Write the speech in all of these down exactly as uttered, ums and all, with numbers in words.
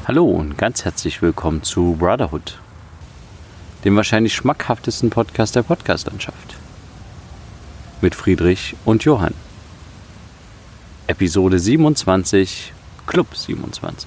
Hallo und ganz herzlich willkommen zu Brotherhood, dem wahrscheinlich schmackhaftesten Podcast der Podcastlandschaft. Mit Friedrich und Johann. Episode siebenundzwanzig, Club siebenundzwanzig.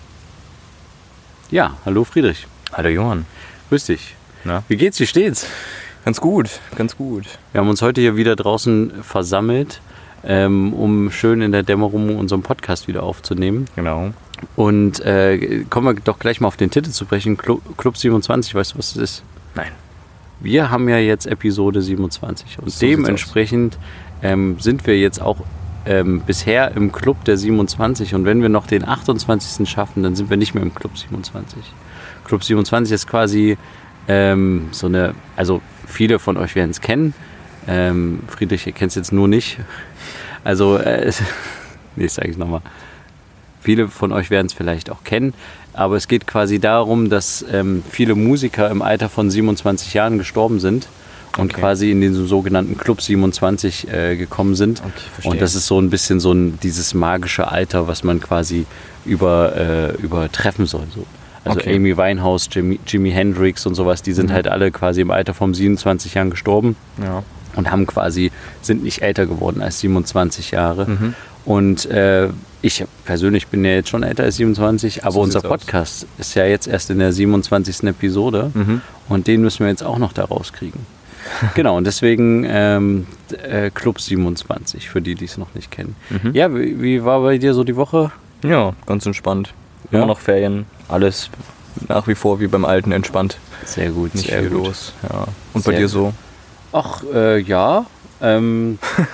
Ja, hallo Friedrich. Hallo Johann. Grüß dich. Na? Wie geht's, wie steht's? Ganz gut, ganz gut. Wir haben uns heute hier wieder draußen versammelt, ähm, um schön in der Dämmerung unseren Podcast wieder aufzunehmen. Genau. Und äh, kommen wir doch gleich mal auf den Titel zu sprechen. Club, Club siebenundzwanzig, weißt du, was das ist? Nein. Wir haben ja jetzt Episode siebenundzwanzig und So dementsprechend ähm, sind wir jetzt auch ähm, bisher im Club der siebenundzwanzig und wenn wir noch den achtundzwanzigsten schaffen, dann sind wir nicht mehr im Club siebenundzwanzig. Club siebenundzwanzig ist quasi ähm, so eine, also viele von euch werden es kennen, ähm, Friedrich, ihr kennt es jetzt nur nicht, also, äh, nee, das sage ich nochmal. Viele von euch werden es vielleicht auch kennen, aber es geht quasi darum, dass ähm, viele Musiker im Alter von siebenundzwanzig Jahren gestorben sind und Okay. quasi in den sogenannten Club siebenundzwanzig äh, gekommen sind. Okay, verstehe. Und das ist so ein bisschen so ein, dieses magische Alter, was man quasi über, äh, übertreffen soll. So. Also Okay. Amy Winehouse, Jimi, Jimi Hendrix und sowas, die sind Mhm. halt alle quasi im Alter von siebenundzwanzig Jahren gestorben. Ja. Und haben quasi, sind nicht älter geworden als siebenundzwanzig Jahre. Mhm. Und äh, ich persönlich bin ja jetzt schon älter als siebenundzwanzig, aber So unser sieht's aus. Podcast ist ja jetzt erst in der siebenundzwanzigsten Episode Mhm. und den müssen wir jetzt auch noch da rauskriegen. Genau, und deswegen ähm, äh, Club siebenundzwanzig, für die, die es noch nicht kennen. Mhm. Ja, wie, wie war bei dir so die Woche? Ja, ganz entspannt. Ja? Immer noch Ferien, alles nach wie vor wie beim Alten entspannt. Sehr gut, Nicht sehr viel gut. los. Ja. Und Sehr bei dir gut. so? Ach, äh, ja, ähm,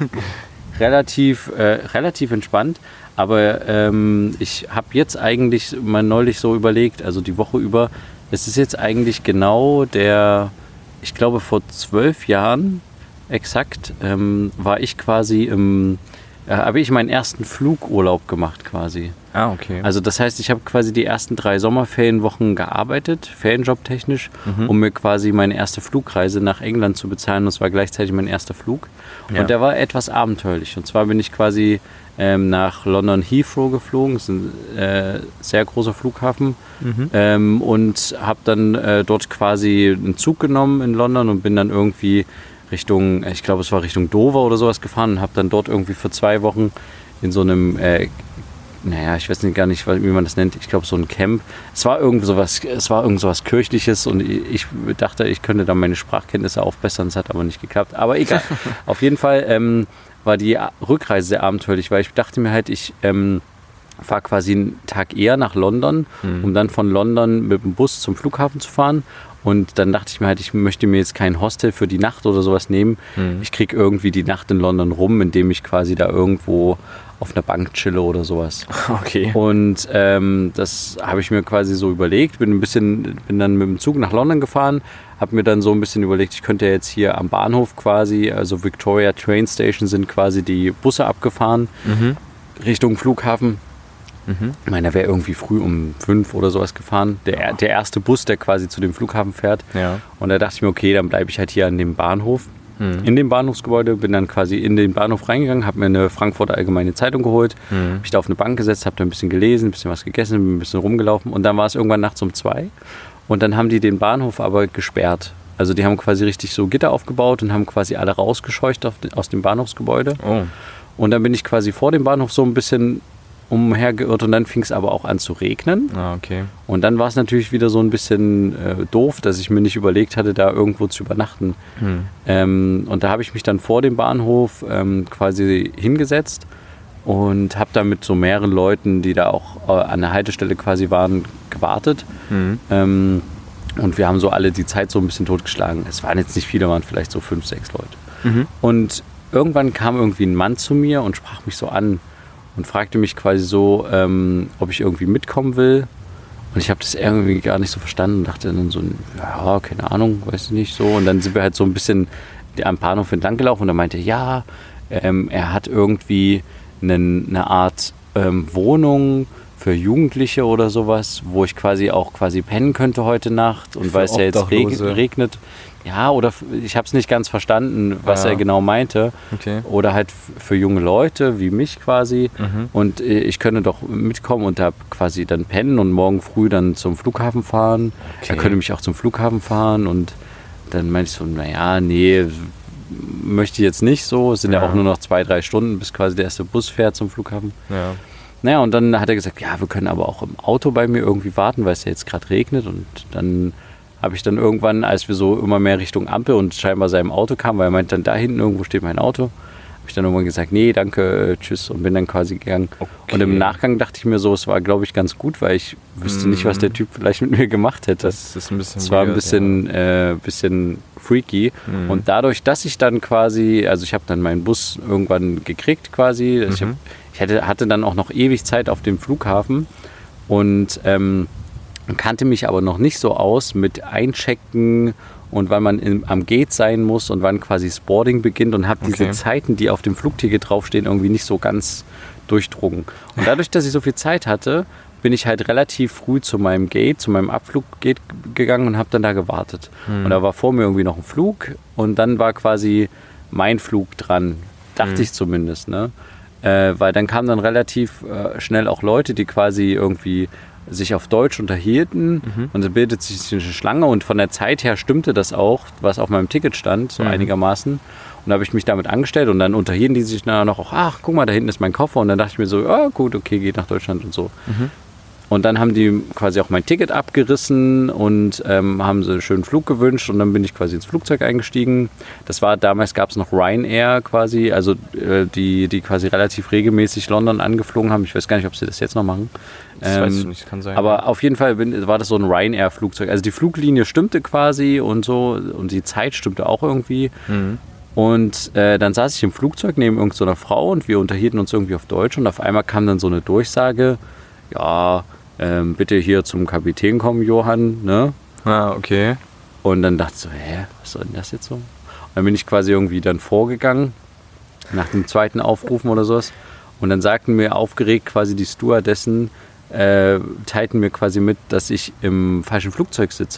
relativ, äh, relativ entspannt. Aber ähm, ich habe jetzt eigentlich mal neulich so überlegt, also die Woche über, es ist jetzt eigentlich genau der, ich glaube vor zwölf Jahren exakt, ähm, war ich quasi im, äh, habe ich meinen ersten Flugurlaub gemacht quasi. Ah, okay. Also das heißt, ich habe quasi die ersten drei Sommerferienwochen gearbeitet, ferienjobtechnisch, Mhm. um mir quasi meine erste Flugreise nach England zu bezahlen. Und es war gleichzeitig mein erster Flug. Ja. Und der war etwas abenteuerlich. Und zwar bin ich quasi ähm, nach London Heathrow geflogen. Das ist ein äh, sehr großer Flughafen. Mhm. Ähm, und habe dann äh, dort quasi einen Zug genommen in London und bin dann irgendwie Richtung, ich glaube es war Richtung Dover oder sowas gefahren und habe dann dort irgendwie für zwei Wochen in so einem äh, naja, ich weiß nicht gar nicht, wie man das nennt. Ich glaube, so ein Camp. Es war irgend sowas, es war irgend sowas Kirchliches und ich dachte, ich könnte da meine Sprachkenntnisse aufbessern. Es hat aber nicht geklappt. Aber egal. Auf jeden Fall ähm, war die Rückreise sehr abenteuerlich, weil ich dachte mir halt, ich ähm, fahre quasi einen Tag eher nach London, Mhm. um dann von London mit dem Bus zum Flughafen zu fahren. Und dann dachte ich mir halt, ich möchte mir jetzt kein Hostel für die Nacht oder sowas nehmen. Mhm. Ich kriege irgendwie die Nacht in London rum, indem ich quasi da irgendwo auf einer Bank chille oder sowas. Okay. Und ähm, das habe ich mir quasi so überlegt. Bin ein bisschen, bin dann mit dem Zug nach London gefahren, habe mir dann so ein bisschen überlegt, ich könnte ja jetzt hier am Bahnhof quasi, also Victoria Train Station, sind quasi die Busse abgefahren Mhm. Richtung Flughafen. Mhm. Ich meine, der wäre irgendwie früh um fünf oder sowas gefahren. Der, der erste Bus, der quasi zu dem Flughafen fährt. Ja. Und da dachte ich mir, okay, dann bleibe ich halt hier an dem Bahnhof. Mhm. In dem Bahnhofsgebäude, bin dann quasi in den Bahnhof reingegangen, habe mir eine Frankfurter Allgemeine Zeitung geholt, Mhm. habe mich da auf eine Bank gesetzt, habe da ein bisschen gelesen, ein bisschen was gegessen, bin ein bisschen rumgelaufen und dann war es irgendwann nachts um zwei und dann haben die den Bahnhof aber gesperrt. Also die haben quasi richtig so Gitter aufgebaut und haben quasi alle rausgescheucht auf, aus dem Bahnhofsgebäude Oh. und dann bin ich quasi vor dem Bahnhof so ein bisschen umhergeirrt und dann fing es aber auch an zu regnen. Ah, okay. Und dann war es natürlich wieder so ein bisschen äh, doof, dass ich mir nicht überlegt hatte, da irgendwo zu übernachten. Mhm. Ähm, und da habe ich mich dann vor dem Bahnhof ähm, quasi hingesetzt und habe dann mit so mehreren Leuten, die da auch äh, an der Haltestelle quasi waren, gewartet. Mhm. Ähm, und wir haben so alle die Zeit so ein bisschen totgeschlagen. Es waren jetzt nicht viele, waren vielleicht so fünf, sechs Leute. Mhm. Und irgendwann kam irgendwie ein Mann zu mir und sprach mich so an und fragte mich quasi so, ähm, ob ich irgendwie mitkommen will. Und ich habe das irgendwie gar nicht so verstanden und dachte dann so, ja, keine Ahnung, weiß ich nicht so. Und dann sind wir halt so ein bisschen am Bahnhof entlang gelaufen und er meinte, ja, ähm, er hat irgendwie einen, eine Art ähm, Wohnung für Jugendliche oder sowas, wo ich quasi auch quasi pennen könnte heute Nacht und Für weil es ja jetzt reg- Obdachlose. regnet. Ja, oder f- ich habe es nicht ganz verstanden, was Ja. er genau meinte. Okay. Oder halt f- für junge Leute wie mich quasi. Mhm. Und äh, ich könnte doch mitkommen und da quasi dann pennen und morgen früh dann zum Flughafen fahren. Okay. Er könnte mich auch zum Flughafen fahren und dann meinte ich so, naja, nee, möchte ich jetzt nicht so. Es sind ja. Ja. auch nur noch zwei, drei Stunden, bis quasi der erste Bus fährt zum Flughafen. Ja. Naja, und dann hat er gesagt, ja, wir können aber auch im Auto bei mir irgendwie warten, weil es ja jetzt gerade regnet. Und dann habe ich dann irgendwann, als wir so immer mehr Richtung Ampel und scheinbar seinem Auto kamen, weil er meinte, dann da hinten irgendwo steht mein Auto, habe ich dann irgendwann gesagt, nee, danke, äh, tschüss und bin dann quasi gegangen. Okay. Und im Nachgang dachte ich mir so, es war, glaube ich, ganz gut, weil ich wüsste Mm. nicht, was der Typ vielleicht mit mir gemacht hätte. Das ist ein bisschen Es war ein weird, bisschen, äh, bisschen freaky. Mhm. Und dadurch, dass ich dann quasi, also ich habe dann meinen Bus irgendwann gekriegt quasi. Ich, hab, Mhm. ich hätte, hatte dann auch noch ewig Zeit auf dem Flughafen und ähm, kannte mich aber noch nicht so aus mit Einchecken und wann man im, am Gate sein muss und wann quasi das Boarding beginnt und habe diese Okay. Zeiten, die auf dem Flugticket draufstehen, irgendwie nicht so ganz durchdrungen. Und dadurch, dass ich so viel Zeit hatte, bin ich halt relativ früh zu meinem Gate, zu meinem Abfluggate gegangen und habe dann da gewartet. Hm. Und da war vor mir irgendwie noch ein Flug und dann war quasi mein Flug dran, dachte Hm. ich zumindest, ne? Äh, weil dann kamen dann relativ äh, schnell auch Leute, die quasi irgendwie sich auf Deutsch unterhielten Mhm. und dann bildet sich eine Schlange und von der Zeit her stimmte das auch, was auf meinem Ticket stand, so Mhm. einigermaßen. Und da habe ich mich damit angestellt und dann unterhielten die sich dann noch, ach, guck mal, da hinten ist mein Koffer und dann dachte ich mir so, ah, gut, okay, geht nach Deutschland und so. Mhm. Und dann haben die quasi auch mein Ticket abgerissen und ähm, haben sie einen schönen Flug gewünscht und dann bin ich quasi ins Flugzeug eingestiegen. Das war, damals gab es noch Ryanair quasi, also äh, die, die quasi relativ regelmäßig London angeflogen haben. Ich weiß gar nicht, ob sie das jetzt noch machen. Das Ähm, weiß ich nicht, kann sein. Aber auf jeden Fall bin, war das so ein Ryanair-Flugzeug. Also die Fluglinie stimmte quasi und so und die Zeit stimmte auch irgendwie. Mhm. Und äh, dann saß ich im Flugzeug neben irgendeiner Frau und wir unterhielten uns irgendwie auf Deutsch und auf einmal kam dann so eine Durchsage, ja, ähm, bitte hier zum Kapitän kommen, Johann, ne? Ah, okay. Und dann dachte ich so, hä, was soll denn das jetzt so? Und dann bin ich quasi irgendwie dann vorgegangen, nach dem zweiten Aufrufen oder sowas. Und dann sagten mir aufgeregt quasi die Stewardessen, äh, teilten mir quasi mit, dass ich im falschen Flugzeug sitze.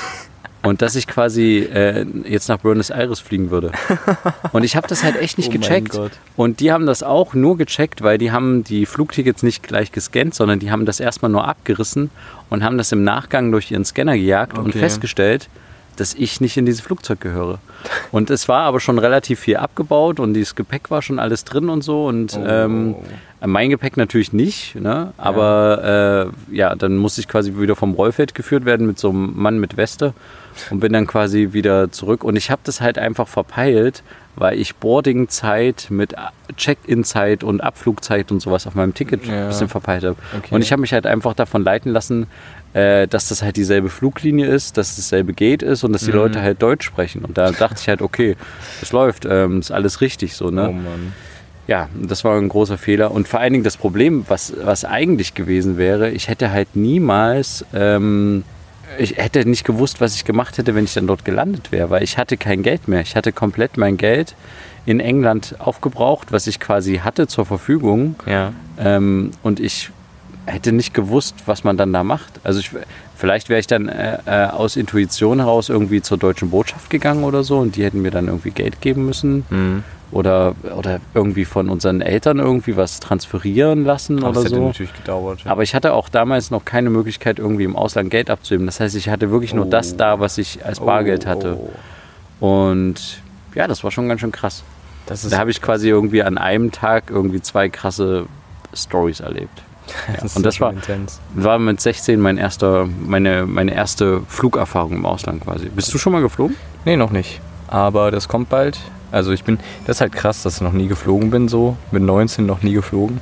Und dass ich quasi äh, jetzt nach Buenos Aires fliegen würde. Und ich habe das halt echt nicht Oh mein gecheckt. Gott. Und die haben das auch nur gecheckt, weil die haben die Flugtickets nicht gleich gescannt, sondern die haben das erstmal nur abgerissen und haben das im Nachgang durch ihren Scanner gejagt und Okay. festgestellt, dass ich nicht in dieses Flugzeug gehöre. Und es war aber schon relativ viel abgebaut und dieses Gepäck war schon alles drin und so. Und Oh. ähm, mein Gepäck natürlich nicht, ne? Aber äh, ja, dann musste ich quasi wieder vom Rollfeld geführt werden mit so einem Mann mit Weste und bin dann quasi wieder zurück. Und ich habe das halt einfach verpeilt, weil ich Boarding-Zeit mit Check-in-Zeit und Abflugzeit und sowas auf meinem Ticket Ja. ein bisschen verpeilt habe. Okay. Und ich habe mich halt einfach davon leiten lassen, äh, dass das halt dieselbe Fluglinie ist, dass dasselbe Gate ist und dass die Mhm. Leute halt Deutsch sprechen. Und da dachte ich halt, okay, das läuft, ähm, ist alles richtig so, ne? Oh Mann. Ja, das war ein großer Fehler. Und vor allen Dingen das Problem, was, was eigentlich gewesen wäre, ich hätte halt niemals, ähm, ich hätte nicht gewusst, was ich gemacht hätte, wenn ich dann dort gelandet wäre, weil ich hatte kein Geld mehr. Ich hatte komplett mein Geld in England aufgebraucht, was ich quasi hatte zur Verfügung. Ja. Ähm, und ich hätte nicht gewusst, was man dann da macht. Also ich, vielleicht wäre ich dann äh, äh, aus Intuition heraus irgendwie zur deutschen Botschaft gegangen oder so und die hätten mir dann irgendwie Geld geben müssen. Mhm. Oder, oder irgendwie von unseren Eltern irgendwie was transferieren lassen Aber oder das hätte so. natürlich gedauert. Ja. Aber ich hatte auch damals noch keine Möglichkeit, irgendwie im Ausland Geld abzuheben. Das heißt, ich hatte wirklich nur Oh. das da, was ich als Bargeld hatte. Oh. Und ja, das war schon ganz schön krass. Das ist Da habe ich quasi irgendwie an einem Tag irgendwie zwei krasse Stories erlebt. das und das schon war- intens. War mit sechzehn mein erster, meine, meine erste Flugerfahrung im Ausland quasi. Bist du schon mal geflogen? Nee, noch nicht. Aber das kommt bald. Also ich bin, das ist halt krass, dass ich noch nie geflogen bin so. Mit neunzehn noch nie geflogen.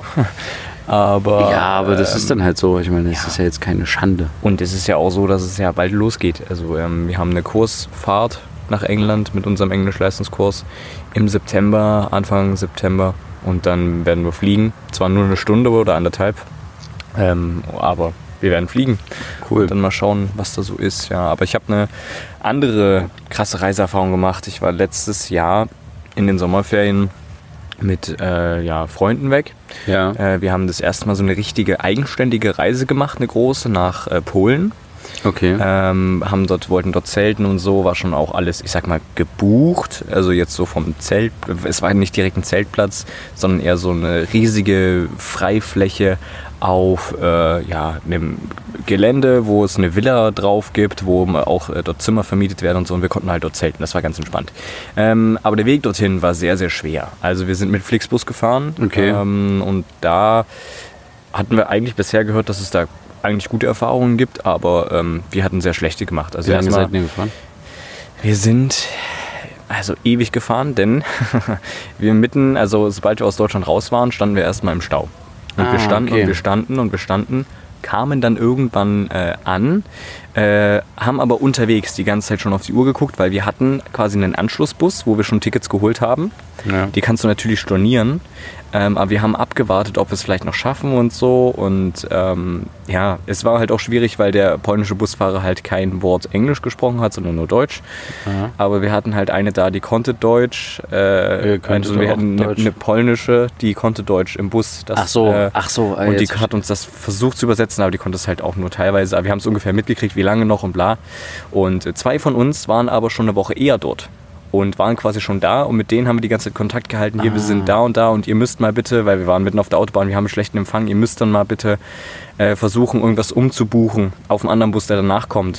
aber ja, aber das ähm, ist dann halt so. Ich meine, das ja. ist ja jetzt keine Schande. Und es ist ja auch so, dass es ja bald losgeht. Also ähm, wir haben eine Kursfahrt nach England mit unserem Englischleistungskurs im September, Anfang September. Und dann werden wir fliegen. Zwar nur eine Stunde oder anderthalb, ähm, aber wir werden fliegen. Cool. Und dann mal schauen, was da so ist. Ja, aber ich habe eine andere krasse Reiseerfahrung gemacht. Ich war letztes Jahr in den Sommerferien mit äh, ja, Freunden weg. Ja. Äh, wir haben das erste Mal so eine richtige eigenständige Reise gemacht, eine große, nach äh, Polen. Okay. Ähm, haben dort, wollten dort zelten und so, war schon auch alles, ich sag mal, gebucht. Also jetzt so vom Zelt, es war nicht direkt ein Zeltplatz, sondern eher so eine riesige Freifläche auf äh, ja, einem Gelände, wo es eine Villa drauf gibt, wo auch äh, dort Zimmer vermietet werden und so, und wir konnten halt dort zelten. Das war ganz entspannt. Ähm, aber der Weg dorthin war sehr, sehr schwer. Also wir sind mit Flixbus gefahren. Okay. Ähm, und da hatten wir eigentlich bisher gehört, dass es da eigentlich gute Erfahrungen gibt, aber ähm, wir hatten sehr schlechte gemacht. Also Wie lange erstmal- seid ihr gefahren? Wir sind also ewig gefahren, denn wir mitten, also sobald wir aus Deutschland raus waren, standen wir erstmal im Stau. Und Ah, wir standen okay. und wir standen und wir standen, kamen dann irgendwann äh, an, äh, haben aber unterwegs die ganze Zeit schon auf die Uhr geguckt, weil wir hatten quasi einen Anschlussbus, wo wir schon Tickets geholt haben. Ja. Die kannst du natürlich stornieren, ähm, aber wir haben abgewartet, ob wir es vielleicht noch schaffen und so. Und ähm, ja, es war halt auch schwierig, weil der polnische Busfahrer halt kein Wort Englisch gesprochen hat, sondern nur Deutsch. Aha. Aber wir hatten halt eine da, die konnte Deutsch. Äh, Äh, konnte also wir auch hatten eine, Deutsch. eine polnische, die konnte Deutsch im Bus. Das, Ach so, äh, ach so. äh, und die jetzt- hat uns das versucht zu übersetzen, aber die konnte es halt auch nur teilweise. Aber wir haben es ungefähr mitgekriegt, wie lange noch und bla. Und äh, zwei von uns waren aber schon eine Woche eher dort und waren quasi schon da, und mit denen haben wir die ganze Zeit Kontakt gehalten. Hier, wir sind da und da und ihr müsst mal bitte, weil wir waren mitten auf der Autobahn, wir haben einen schlechten Empfang, ihr müsst dann mal bitte äh, versuchen, irgendwas umzubuchen auf einen anderen Bus, der danach kommt.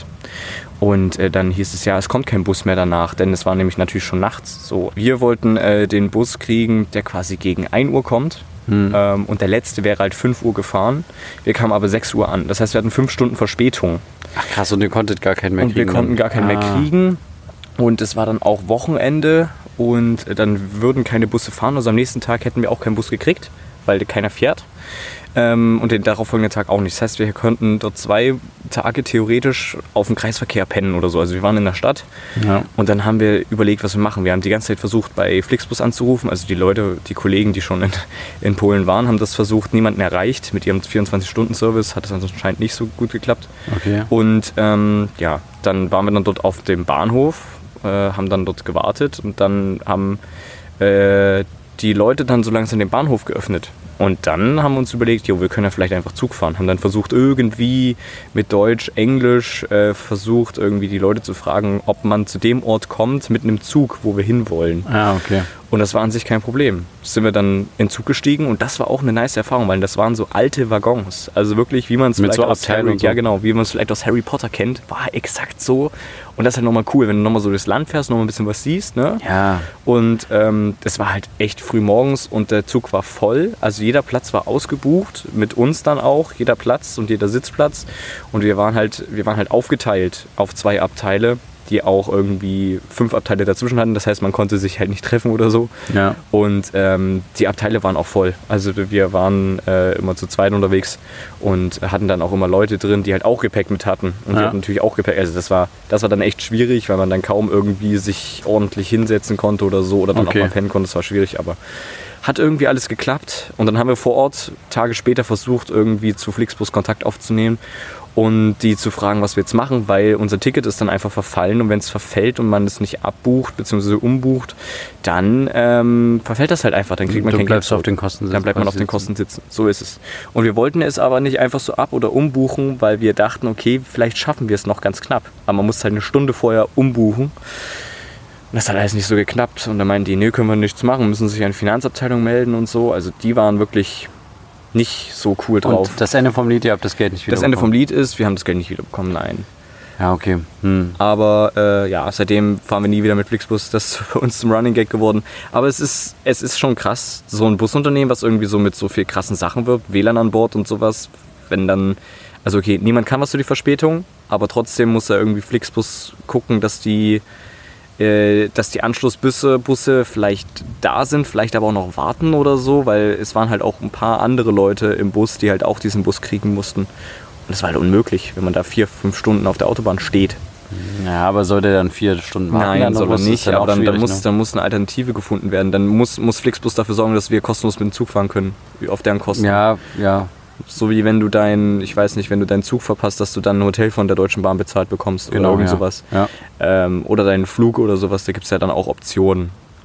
Und äh, dann hieß es, ja, es kommt kein Bus mehr danach, denn es war nämlich natürlich schon nachts. So, wir wollten äh, den Bus kriegen, der quasi gegen ein Uhr kommt. Hm. Ähm, und der letzte wäre halt fünf Uhr gefahren. Wir kamen aber sechs Uhr an. Das heißt, wir hatten fünf Stunden Verspätung. Ach krass, und ihr konntet gar keinen mehr Und wir kriegen. konnten gar keinen mehr Ah. kriegen. Und es war dann auch Wochenende und dann würden keine Busse fahren. Also am nächsten Tag hätten wir auch keinen Bus gekriegt, weil keiner fährt. Ähm, und den darauffolgenden Tag auch nicht. Das heißt, wir konnten dort zwei Tage theoretisch auf dem Kreisverkehr pennen oder so. Also wir waren in der Stadt Ja. und dann haben wir überlegt, was wir machen. Wir haben die ganze Zeit versucht, bei Flixbus anzurufen. Also die Leute, die Kollegen, die schon in, in Polen waren, haben das versucht, niemanden erreicht. Mit ihrem vierundzwanzig-Stunden-Service hat es anscheinend nicht so gut geklappt. Okay. Und ähm, ja, dann waren wir dann dort auf dem Bahnhof, äh, haben dann dort gewartet und dann haben äh, die Leute dann so langsam den Bahnhof geöffnet. Und dann haben wir uns überlegt, jo, wir können ja vielleicht einfach Zug fahren. Haben dann versucht, irgendwie mit Deutsch, Englisch, äh, versucht, irgendwie die Leute zu fragen, ob man zu dem Ort kommt mit einem Zug, wo wir hinwollen. Ah, okay. Und das war an sich kein Problem. Sind wir dann in den Zug gestiegen und das war auch eine nice Erfahrung, weil das waren so alte Waggons. Also wirklich, wie man es Mit vielleicht so aus Abteilen Harry, und so. ja genau, wie man es vielleicht aus Harry Potter kennt, war exakt so. Und das ist halt nochmal cool, wenn du nochmal so durchs Land fährst, nochmal ein bisschen was siehst, ne? Ja. Und ähm, es war halt echt früh morgens und der Zug war voll. Also jeder Platz war ausgebucht, mit uns dann auch, jeder Platz und jeder Sitzplatz. Und wir waren halt, wir waren halt aufgeteilt auf zwei Abteile, die auch irgendwie fünf Abteile dazwischen hatten. Das heißt, man konnte sich halt nicht treffen oder so. Ja. Und ähm, die Abteile waren auch voll. Also wir waren äh, immer zu zweit unterwegs und hatten dann auch immer Leute drin, die halt auch Gepäck mit hatten. Und Ja. wir hatten natürlich auch Gepäck. Also das war, das war dann echt schwierig, weil man dann kaum irgendwie sich ordentlich hinsetzen konnte oder so oder dann Okay. auch mal pennen konnte. Das war schwierig, aber hat irgendwie alles geklappt. Und dann haben wir vor Ort Tage später versucht, irgendwie zu Flixbus Kontakt aufzunehmen und die zu fragen, was wir jetzt machen, weil unser Ticket ist dann einfach verfallen und wenn es verfällt und man es nicht abbucht bzw. umbucht, dann ähm, verfällt das halt einfach, dann kriegt man Du kein bleibst Geld auf den Kosten sitzen. Dann bleibt man auf den Kosten sitzen, so ist es. Und wir wollten es aber nicht einfach so ab- oder umbuchen, weil wir dachten, okay, vielleicht schaffen wir es noch ganz knapp, aber man muss halt eine Stunde vorher umbuchen. Und das hat alles nicht so geklappt und dann meinten die, nee, können wir nichts machen, müssen sich an die Finanzabteilung melden und so, also die waren wirklich nicht so cool drauf. Und das Ende vom Lied, ihr habt das Geld nicht wieder Das Ende vom Lied ist, wir haben das Geld nicht wiederbekommen, nein. Ja, okay. Hm. Aber äh, ja, seitdem fahren wir nie wieder mit Flixbus. Das ist für uns zum Running Gag geworden. Aber es ist, es ist schon krass, so ein Busunternehmen, was irgendwie so mit so viel krassen Sachen wirbt, W L A N an Bord und sowas. Wenn dann, also okay, niemand kann was für die Verspätung, aber trotzdem muss da irgendwie Flixbus gucken, dass die, äh, dass die Anschlussbusse Busse vielleicht da sind, vielleicht aber auch noch warten oder so, weil es waren halt auch ein paar andere Leute im Bus, die halt auch diesen Bus kriegen mussten. Und das war halt unmöglich, wenn man da vier, fünf Stunden auf der Autobahn steht. Ja, aber soll der dann vier Stunden warten? Nein, dann soll noch? er Das ist nicht, dann auch aber dann, dann, schwierig, muss, ne? dann muss eine Alternative gefunden werden. Dann muss, muss Flixbus dafür sorgen, dass wir kostenlos mit dem Zug fahren können, auf deren Kosten. Ja, ja. So wie wenn du dein, ich weiß nicht, wenn du deinen Zug verpasst, dass du dann ein Hotel von der Deutschen Bahn bezahlt bekommst Genau, oder irgend ja. sowas. Ja. Ähm, oder deinen Flug oder sowas, da gibt es ja dann auch Optionen.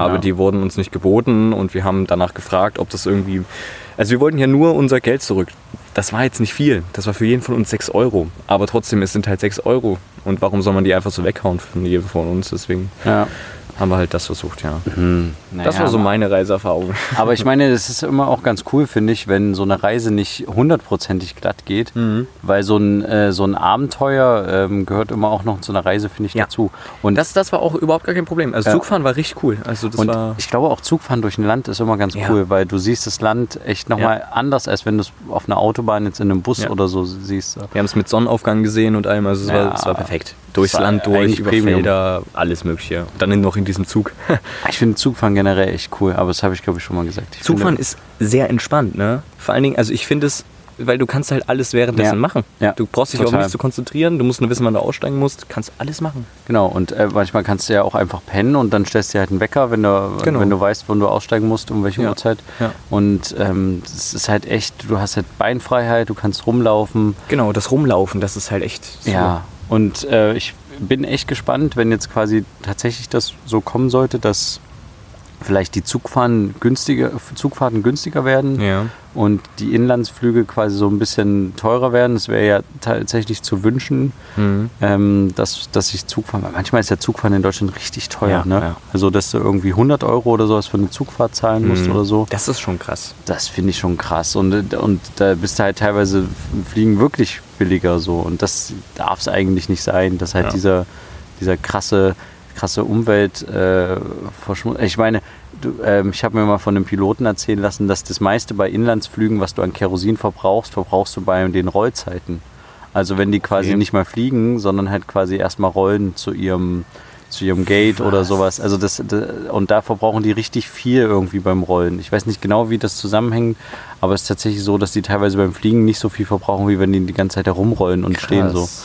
aber Ja. die wurden uns nicht geboten und wir haben danach gefragt, ob das irgendwie... Also wir wollten ja nur unser Geld zurück. Das war jetzt nicht viel. Das war für jeden von uns sechs Euro. Aber trotzdem, es sind halt sechs Euro. Und warum soll man die einfach so weghauen von jedem von uns? Deswegen Ja. haben wir halt das versucht, ja. Hm, Das naja, war so meine Reiseerfahrung. Aber ich meine, das ist immer auch ganz cool, finde ich, wenn so eine Reise nicht hundertprozentig glatt geht, Mhm. weil so ein, äh, so ein Abenteuer ähm, gehört immer auch noch zu einer Reise, finde ich, Ja. dazu. Und, Das, das war auch überhaupt gar kein Problem. Also Ja. Zugfahren war richtig cool. Also das und war... ich glaube auch Zugfahren durch ein Land ist immer ganz Ja. cool, weil du siehst das Land echt nochmal anders, als wenn du es auf einer Autobahn jetzt in einem Bus Ja. oder so siehst. Wir haben es mit Sonnenaufgang gesehen und allem, also es, Ja. war, es war perfekt. Durchs Das war Land durch, eigentlich über Premium. Felder, alles mögliche. Dann noch in diesem Zug. Ich finde Zugfahren generell echt cool, aber das habe ich, glaube ich, schon mal gesagt. Ich Zugfahren finde, ist sehr entspannt, ne? Vor allen Dingen, also ich finde es, weil du kannst halt alles währenddessen Ja. machen. Ja, Du brauchst dich auch total. nicht zu konzentrieren, du musst nur wissen, wann du aussteigen musst, kannst alles machen. Genau, und äh, manchmal kannst du ja auch einfach pennen und dann stellst du dir halt einen Wecker, wenn du, Genau. wenn du weißt, wann du aussteigen musst, um welche Ja. Uhrzeit. Ja. Und ähm, es ist halt echt, du hast halt Beinfreiheit, du kannst rumlaufen. Genau, das Rumlaufen, das ist halt echt super. Ja, und äh, ich bin echt gespannt, wenn jetzt quasi tatsächlich das so kommen sollte, dass vielleicht die Zugfahren günstiger, Zugfahrten günstiger werden Ja. und die Inlandsflüge quasi so ein bisschen teurer werden. Es wäre ja tatsächlich zu wünschen, Mhm. ähm, dass, dass sich Zugfahren, weil manchmal ist ja Zugfahren in Deutschland richtig teuer. Ja, ne? ja. Also, dass du irgendwie hundert Euro oder sowas für eine Zugfahrt zahlen musst Mhm. oder so. Das ist schon krass. Das finde ich schon krass. Und, und da bist du halt teilweise Fliegen wirklich billiger so. Und das darf es eigentlich nicht sein, dass halt Ja. dieser, dieser krasse, krasse Umwelt äh, verschmutzt. Ich meine, du, ähm, ich habe mir mal von einem Piloten erzählen lassen, dass das meiste bei Inlandsflügen, was du an Kerosin verbrauchst, verbrauchst du bei den Rollzeiten. Also wenn die quasi Okay. nicht mal fliegen, sondern halt quasi erstmal rollen zu ihrem zu ihrem Gate oder Was? sowas. Also das, das und da verbrauchen die richtig viel irgendwie beim Rollen. Ich weiß nicht genau, wie das zusammenhängt, aber es ist tatsächlich so, dass die teilweise beim Fliegen nicht so viel verbrauchen, wie wenn die die ganze Zeit herumrollen und stehen so. Krass.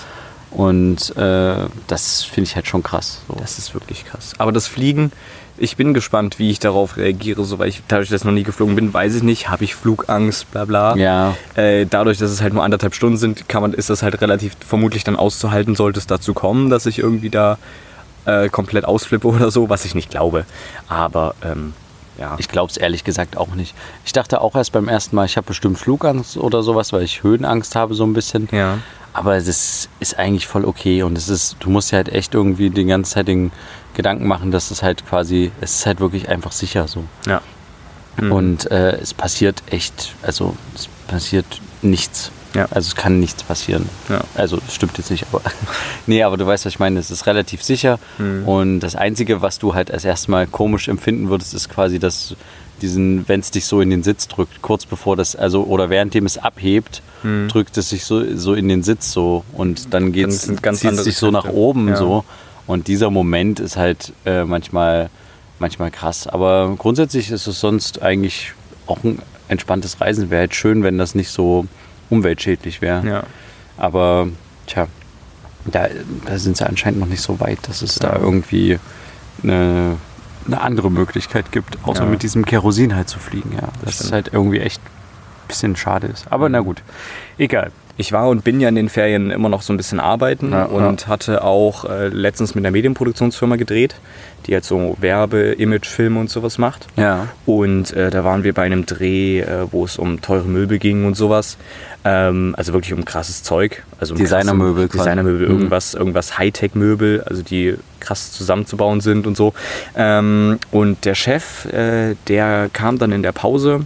Und äh, das finde ich halt schon krass. So. Das ist wirklich krass. Aber das Fliegen, ich bin gespannt, wie ich darauf reagiere. So, weil ich dadurch, dass ich noch nie geflogen bin, weiß ich nicht, habe ich Flugangst, bla bla. Ja, Äh, dadurch, dass es halt nur anderthalb Stunden sind, kann man, ist das halt relativ vermutlich dann auszuhalten, sollte es dazu kommen, dass ich irgendwie da äh, komplett ausflippe oder so, was ich nicht glaube. Aber ähm, ja. ich glaube es ehrlich gesagt auch nicht. Ich dachte auch erst beim ersten Mal, ich habe bestimmt Flugangst oder sowas, weil ich Höhenangst habe so ein bisschen. ja. Aber es ist, ist eigentlich voll okay und es ist, du musst ja halt echt irgendwie die ganze Zeit den Gedanken machen, dass es halt quasi, es ist halt wirklich einfach sicher so. Ja. Mhm. Und äh, es passiert echt, also es passiert nichts. Ja. Also es kann nichts passieren. Ja. Also das stimmt jetzt nicht, aber nee, aber du weißt, was ich meine, es ist relativ sicher. Mhm. Und das Einzige, was du halt als erstmal komisch empfinden würdest, ist quasi, dass diesen, wenn es dich so in den Sitz drückt, kurz bevor das, also oder währenddem es abhebt, Mhm. drückt es sich so, so in den Sitz so und dann geht's, sind ganz zieht es andere sich so nach Kräfte. oben Ja. so. Und dieser Moment ist halt äh, manchmal, manchmal krass. Aber grundsätzlich ist es sonst eigentlich auch ein entspanntes Reisen. Wäre halt schön, wenn das nicht so umweltschädlich wäre. Ja. Aber tja, da, da sind sie anscheinend noch nicht so weit, dass es da Ja. irgendwie eine, eine andere Möglichkeit gibt, außer Ja. mit diesem Kerosin halt zu fliegen. Ja, das stimmt. ist halt irgendwie echt ein bisschen schade ist. Aber na gut, egal. Ich war und bin ja in den Ferien immer noch so ein bisschen arbeiten Ja, und hatte auch äh, letztens mit einer Medienproduktionsfirma gedreht, die halt so Werbe-, Imagefilme und sowas macht. Ja. Und äh, da waren wir bei einem Dreh, äh, wo es um teure Möbel ging und sowas. Ähm, also wirklich um krasses Zeug. Also um Designermöbel krasse- quasi. Designermöbel, Mhm. irgendwas, irgendwas Hightech-Möbel, also die krass zusammenzubauen sind und so. Ähm, und der Chef, äh, der kam dann in der Pause,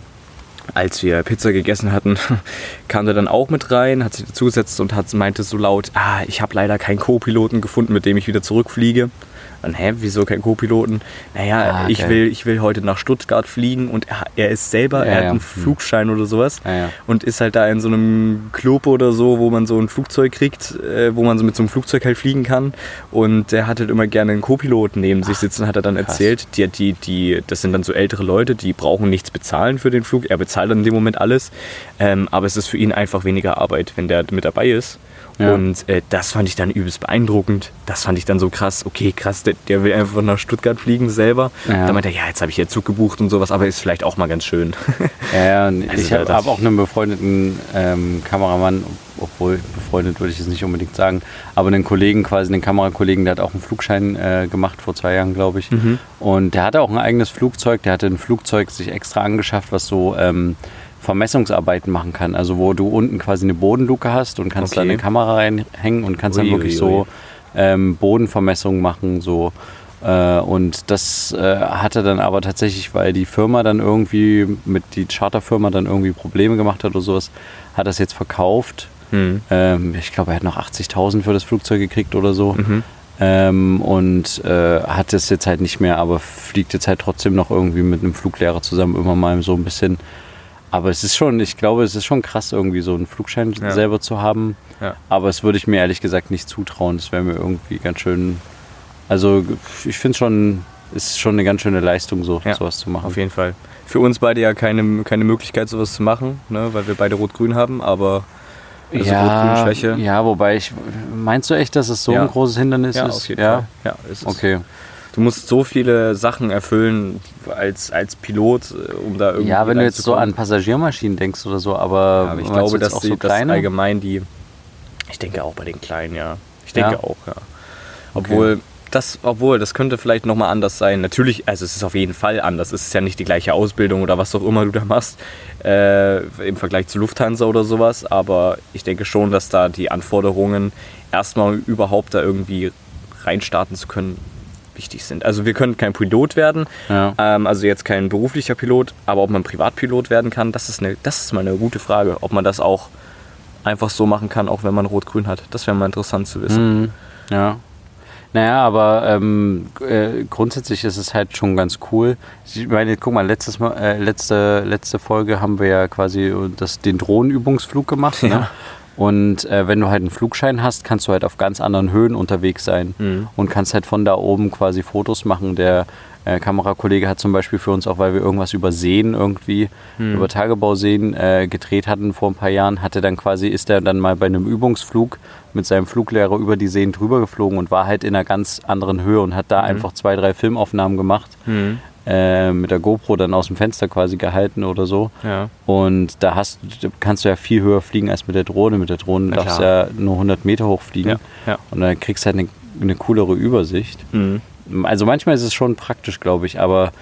als wir Pizza gegessen hatten, kam der dann auch mit rein, hat sich dazugesetzt und hat, meinte so laut, ah, ich habe leider keinen Co-Piloten gefunden, mit dem ich wieder zurückfliege. Dann, hä, wieso kein Co-Piloten? Naja, Ah, ich, geil. will, ich will heute nach Stuttgart fliegen und er, er ist selber, Ja, er hat ja. einen Hm. Flugschein oder sowas Ja, ja. und ist halt da in so einem Club oder so, wo man so ein Flugzeug kriegt, äh, wo man so mit so einem Flugzeug halt fliegen kann. Und der hat halt immer gerne einen Co-Piloten neben sich sitzen, hat er dann krass. erzählt. Die, die, die, das sind dann so ältere Leute, die brauchen nichts bezahlen für den Flug. Er bezahlt dann in dem Moment alles. Ähm, aber es ist für ihn einfach weniger Arbeit, wenn der mit dabei ist. Ja. Und äh, das fand ich dann übelst beeindruckend. Das fand ich dann so krass. Okay, krass, der, der will einfach nach Stuttgart fliegen selber. Ja. Da meinte er, ja, jetzt habe ich hier Zug gebucht und sowas, aber ist vielleicht auch mal ganz schön. Ja, ja, und Also ich da habe dachte hab auch einen befreundeten ähm, Kameramann obwohl befreundet würde ich es nicht unbedingt sagen, aber einen Kollegen, quasi einen Kamerakollegen, der hat auch einen Flugschein äh, gemacht vor zwei Jahren, glaube ich. Mhm. Und der hatte auch ein eigenes Flugzeug, der hatte ein Flugzeug sich extra angeschafft, was so ähm, Vermessungsarbeiten machen kann. Also wo du unten quasi eine Bodenluke hast und kannst okay. da eine Kamera reinhängen und kannst ui, dann wirklich ui, ui. so ähm, Bodenvermessungen machen, so. Und das äh, hatte dann aber tatsächlich, weil die Firma dann irgendwie, mit die Charterfirma dann irgendwie Probleme gemacht hat oder sowas, hat das jetzt verkauft. Mhm. Ähm, ich glaube, er hat noch achtzigtausend für das Flugzeug gekriegt oder so. Mhm. Ähm, und äh, hat es jetzt halt nicht mehr, aber fliegt jetzt halt trotzdem noch irgendwie mit einem Fluglehrer zusammen immer mal so ein bisschen. Aber es ist schon, ich glaube, es ist schon krass, irgendwie so einen Flugschein ja. selber zu haben. Ja. Aber es würde ich mir ehrlich gesagt nicht zutrauen. Das wäre mir irgendwie ganz schön... Also ich finde es schon, ist schon eine ganz schöne Leistung, so, ja, sowas zu machen. Auf jeden Fall. Für uns beide ja keine, keine Möglichkeit, sowas zu machen, ne, weil wir beide Rot-Grün haben, aber also ja, Rot-Grün-Schwäche. Ja, wobei ich, meinst du echt, dass es so ja. ein großes Hindernis ja, ist? Auf jeden ja, Fall. Ja, ist es. Okay. Du musst so viele Sachen erfüllen als, als Pilot, um da irgendwie Ja, wenn du jetzt so an Passagiermaschinen denkst oder so, aber, ja, aber ich glaube, dass auch die, so kleine? Das allgemein die, ich denke auch bei den Kleinen, ja. Ich denke ja. auch, ja. Obwohl... Okay. Das, obwohl, das könnte vielleicht nochmal anders sein. Natürlich, also es ist auf jeden Fall anders. Es ist ja nicht die gleiche Ausbildung oder was auch immer du da machst äh, im Vergleich zu Lufthansa oder sowas. Aber ich denke schon, dass da die Anforderungen, erstmal überhaupt da irgendwie reinstarten zu können, wichtig sind. Also wir können kein Pilot werden, ja. ähm, also jetzt kein beruflicher Pilot, aber ob man Privatpilot werden kann, das ist, eine, das ist mal eine gute Frage. Ob man das auch einfach so machen kann, auch wenn man Rot-Grün hat. Das wäre mal interessant zu wissen. Mhm. Ja. Naja, aber ähm, äh, grundsätzlich ist es halt schon ganz cool. Ich meine, guck mal, letztes Mal, äh, letzte, letzte Folge haben wir ja quasi das, den Drohnenübungsflug gemacht. Ja. Ne? Und äh, wenn du halt einen Flugschein hast, kannst du halt auf ganz anderen Höhen unterwegs sein mhm. und kannst halt von da oben quasi Fotos machen. Der äh, Kamerakollege hat zum Beispiel für uns auch, weil wir irgendwas über Seen irgendwie, mhm. über Tagebauseen äh, gedreht hatten vor ein paar Jahren, hatte dann quasi, ist er dann mal bei einem Übungsflug mit seinem Fluglehrer über die Seen drüber geflogen und war halt in einer ganz anderen Höhe und hat da mhm. einfach zwei, drei Filmaufnahmen gemacht. Mhm. Äh, mit der GoPro dann aus dem Fenster quasi gehalten oder so. Ja. Und da hast, kannst du ja viel höher fliegen als mit der Drohne. Mit der Drohne Na darfst du ja nur hundert Meter hoch fliegen. Ja. Ja. Und dann kriegst du halt eine, eine coolere Übersicht. Mhm. Also manchmal ist es schon praktisch, glaube ich, aber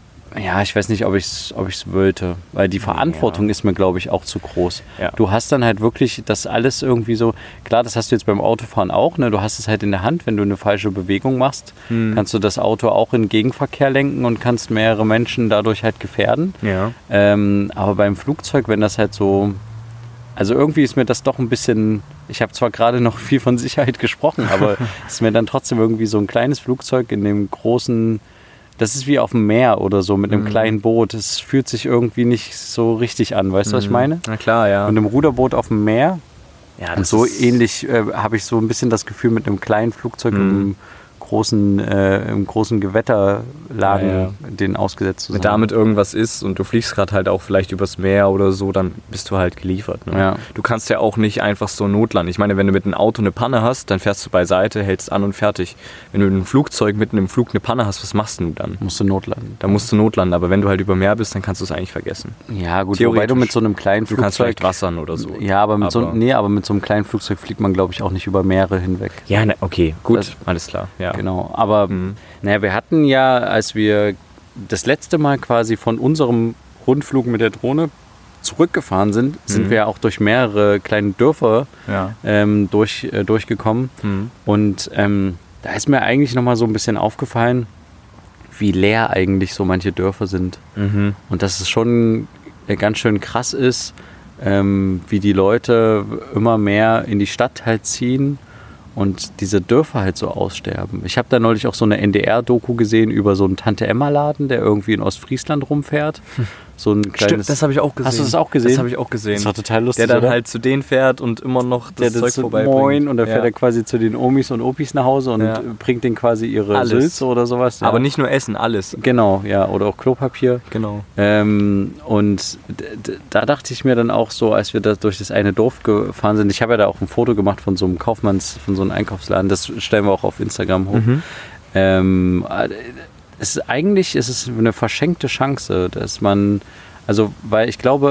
ja, ich weiß nicht, ob ich es ob ich's wollte, weil die Verantwortung ja. ist mir, glaube ich, auch zu groß. Ja. Du hast dann halt wirklich das alles irgendwie so, klar, das hast du jetzt beim Autofahren auch, ne? Du hast es halt in der Hand, wenn du eine falsche Bewegung machst, hm. kannst du das Auto auch in Gegenverkehr lenken und kannst mehrere Menschen dadurch halt gefährden. Ja. Ähm, aber beim Flugzeug, wenn das halt so, also irgendwie ist mir das doch ein bisschen, ich habe zwar gerade noch viel von Sicherheit gesprochen, aber es ist mir dann trotzdem irgendwie so ein kleines Flugzeug in dem großen, das ist wie auf dem Meer oder so mit einem mhm. kleinen Boot. Es fühlt sich irgendwie nicht so richtig an. Weißt du, mhm. was ich meine? Na klar, ja. Mit einem Ruderboot auf dem Meer. Ja, und so ähnlich äh, habe ich so ein bisschen das Gefühl mit einem kleinen Flugzeug mhm. im großen, äh, im großen Gewetterlagen ja, ja. denen ausgesetzt zu sein. Wenn damit irgendwas ist und du fliegst gerade halt auch vielleicht übers Meer oder so, dann bist du halt geliefert. Ne? Ja. Du kannst ja auch nicht einfach so notlanden. Ich meine, wenn du mit einem Auto eine Panne hast, dann fährst du beiseite, hältst an und fertig. Wenn du in einem Flugzeug mitten im Flug eine Panne hast, was machst du dann? Musst du notlanden. Dann musst du notlanden, aber wenn du halt über Meer bist, dann kannst du es eigentlich vergessen. Ja gut, wobei du mit so einem kleinen Flugzeug... Du kannst vielleicht wassern oder so. Ja, aber mit, aber so, nee, aber mit so einem kleinen Flugzeug fliegt man, glaube ich, auch nicht über Meere hinweg. Ja, ne, okay, gut, das, alles klar. Ja. Genau, aber mhm. naja, wir hatten ja, als wir das letzte Mal quasi von unserem Rundflug mit der Drohne zurückgefahren sind, sind mhm. wir ja auch durch mehrere kleine Dörfer ja. ähm, durch, äh, durchgekommen. Mhm. Und ähm, da ist mir eigentlich nochmal so ein bisschen aufgefallen, wie leer eigentlich so manche Dörfer sind. Mhm. Und dass es schon äh, ganz schön krass ist, ähm, wie die Leute immer mehr in die Stadt halt ziehen und diese Dörfer halt so aussterben. Ich habe da neulich auch so eine N D R-Doku gesehen über so einen Tante-Emma-Laden, der irgendwie in Ostfriesland rumfährt. So ein kleines. Stimmt, das habe ich auch gesehen. Hast du das auch gesehen? Das habe ich auch gesehen. Das war total lustig, der dann oder? halt zu denen fährt und immer noch das der Zeug so vorbeibringt. Moin, und dann fährt ja. er quasi zu den Omis und Opis nach Hause und ja. bringt denen quasi ihre alles. Sülze oder sowas. Ja. Aber nicht nur Essen, alles. Genau, ja, oder auch Klopapier. Genau. Ähm, und d- d- da dachte ich mir dann auch so, als wir da durch das eine Dorf gefahren sind, ich habe ja da auch ein Foto gemacht von so einem Kaufmanns, von so einem Einkaufsladen, das stellen wir auch auf Instagram hoch. Mhm. Ähm, es ist, eigentlich ist es eine verschenkte Chance, dass man, also weil ich glaube,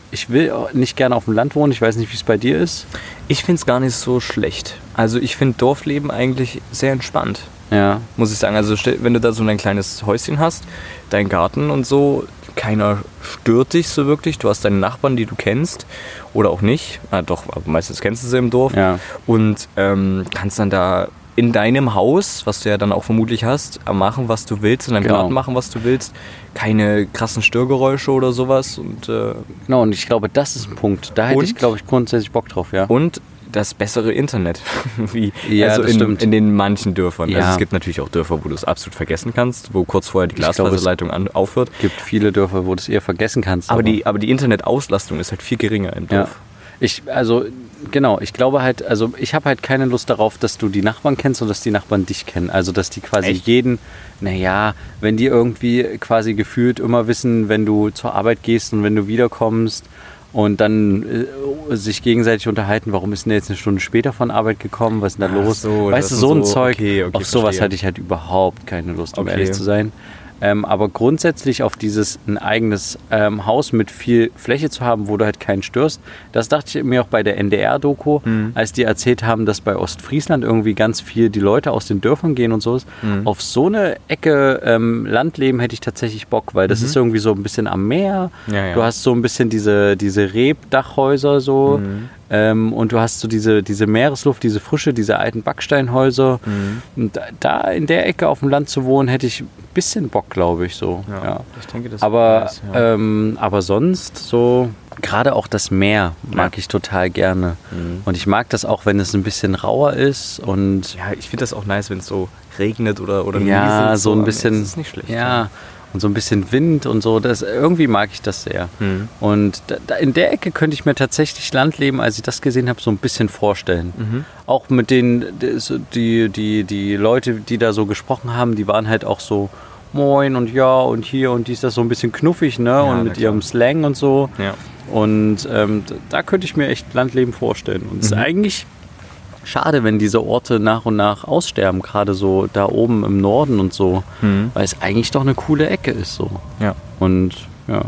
ich will nicht gerne auf dem Land wohnen. Ich weiß nicht, wie es bei dir ist. Ich finde es gar nicht so schlecht. Also ich finde Dorfleben eigentlich sehr entspannt. Ja. Muss ich sagen. Also wenn du da so ein kleines Häuschen hast, dein Garten und so, keiner stört dich so wirklich. Du hast deine Nachbarn, die du kennst oder auch nicht. Ah, doch, aber meistens kennst du sie im Dorf. Ja. Und ähm, kannst dann da in deinem Haus, was du ja dann auch vermutlich hast, machen, was du willst, in deinem Genau. Garten machen, was du willst. Keine krassen Störgeräusche oder sowas. Und, äh, Genau, und ich glaube, das ist ein Punkt. Da hätte Und? ich, glaube ich, grundsätzlich Bock drauf, ja. und das bessere Internet. Wie, Ja, also das in, stimmt. in den manchen Dörfern. Ja. Also es gibt natürlich auch Dörfer, wo du es absolut vergessen kannst, wo kurz vorher die Ich glaube, Glasfaserleitung an, aufhört. Es gibt viele Dörfer, wo du es eher vergessen kannst. Aber die, aber die Internetauslastung ist halt viel geringer im Ja. Dorf. Ich, also, genau, ich glaube halt, also ich habe halt keine Lust darauf, dass du die Nachbarn kennst und dass die Nachbarn dich kennen. Also, dass die quasi Echt? jeden, naja, wenn die irgendwie quasi gefühlt immer wissen, wenn du zur Arbeit gehst und wenn du wiederkommst und dann äh, sich gegenseitig unterhalten, warum ist denn der jetzt eine Stunde später von Arbeit gekommen, was ist denn da Ach los? so, weißt du, das so sind ein so- Zeug, okay, okay, auf sowas verstehe. hatte ich halt überhaupt keine Lust, um Okay. ehrlich zu sein. Ähm, aber grundsätzlich auf dieses ein eigenes ähm, Haus mit viel Fläche zu haben, wo du halt keinen störst, das dachte ich mir auch bei der N D R-Doku, Mhm. als die erzählt haben, dass bei Ostfriesland irgendwie ganz viel die Leute aus den Dörfern gehen und so. Mhm. Auf so eine Ecke ähm, Landleben hätte ich tatsächlich Bock, weil das Mhm. ist irgendwie so ein bisschen am Meer. Ja, ja. Du hast so ein bisschen diese, diese Rebdachhäuser so. Mhm. Ähm, und du hast so diese, diese Meeresluft, diese Frische, diese alten Backsteinhäuser. Mhm. Und da, da in der Ecke auf dem Land zu wohnen, hätte ich ein bisschen Bock, glaube ich, so. Ja, Ja. ich denke, das Aber, ist ja. ähm, aber sonst so, gerade auch das Meer mag Ja. ich total gerne. Mhm. Und ich mag das auch, wenn es ein bisschen rauer ist und Ja, ich finde das auch nice, wenn es so regnet oder, oder ja, nieselt so ein an- bisschen, Das ist nicht schlecht. ja, und so ein bisschen Wind und so, das, irgendwie mag ich das sehr. Mhm. Und da, da in der Ecke könnte ich mir tatsächlich Landleben, als ich das gesehen habe, so ein bisschen vorstellen. Mhm. Auch mit den, die, die, die Leute, die da so gesprochen haben, die waren halt auch so moin und ja und hier und dies, das so ein bisschen knuffig, ne? Und na mit klar. ihrem Slang und so. Ja. Und ähm, d- da könnte ich mir echt Landleben vorstellen. Und es ist eigentlich schade, wenn diese Orte nach und nach aussterben, gerade so da oben im Norden und so, Mhm. weil es eigentlich doch eine coole Ecke ist so. Ja. Und ja,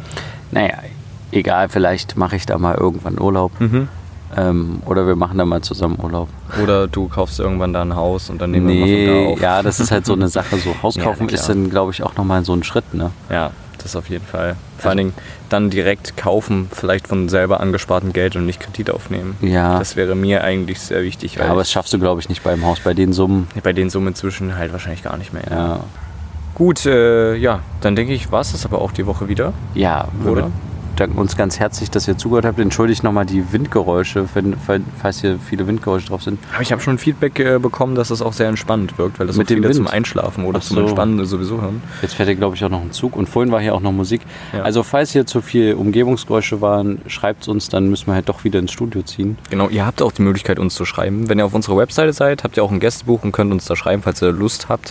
naja, egal, vielleicht mache ich da mal irgendwann Urlaub. Mhm. Ähm, oder wir machen da mal zusammen Urlaub. Oder du kaufst irgendwann da ein Haus und dann nehmen wir mal Nee, von da auf. ja, das ist halt so eine Sache. So Haus Ja, kaufen na ist klar. dann, glaube ich, auch nochmal so ein Schritt, ne? Ja, das auf jeden Fall. Vor allen Dingen dann direkt kaufen, vielleicht von selber angespartem Geld und nicht Kredit aufnehmen. Ja, Das wäre mir eigentlich sehr wichtig, ja weil aber das schaffst du, glaube ich, nicht beim Haus. Bei den Summen, bei den Summen inzwischen halt wahrscheinlich gar nicht mehr. ja. Gut, äh, ja, dann denke ich, war es das aber auch die Woche wieder. Ja, wir Oder? danken uns ganz herzlich, dass ihr zugehört habt. Entschuldigt nochmal die Windgeräusche, wenn, falls hier viele Windgeräusche drauf sind. Aber ich habe schon Feedback äh, bekommen, dass es auch sehr entspannend wirkt, weil das Mit auch dem viele Wind? zum Einschlafen oder Ach zum so. Entspannen sowieso hören. Jetzt fährt hier, glaube ich, auch noch ein Zug. Und vorhin war hier auch noch Musik. Ja. Also falls hier zu viel Umgebungsgeräusche waren, schreibt es uns, dann müssen wir halt doch wieder ins Studio ziehen. Genau, ihr habt auch die Möglichkeit, uns zu schreiben. Wenn ihr auf unserer Webseite seid, habt ihr auch ein Gästebuch und könnt uns da schreiben, falls ihr Lust habt.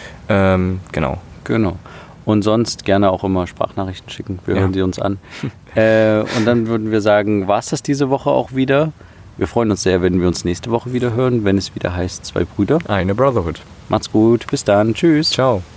Ähm, genau. Genau. Und sonst gerne auch immer Sprachnachrichten schicken. Wir Ja. hören sie uns an. äh, und dann würden wir sagen, war es das diese Woche auch wieder? Wir freuen uns sehr, wenn wir uns nächste Woche wieder hören, wenn es wieder heißt Zwei Brüder. Eine Brotherhood. Macht's gut, bis dann, tschüss. Ciao.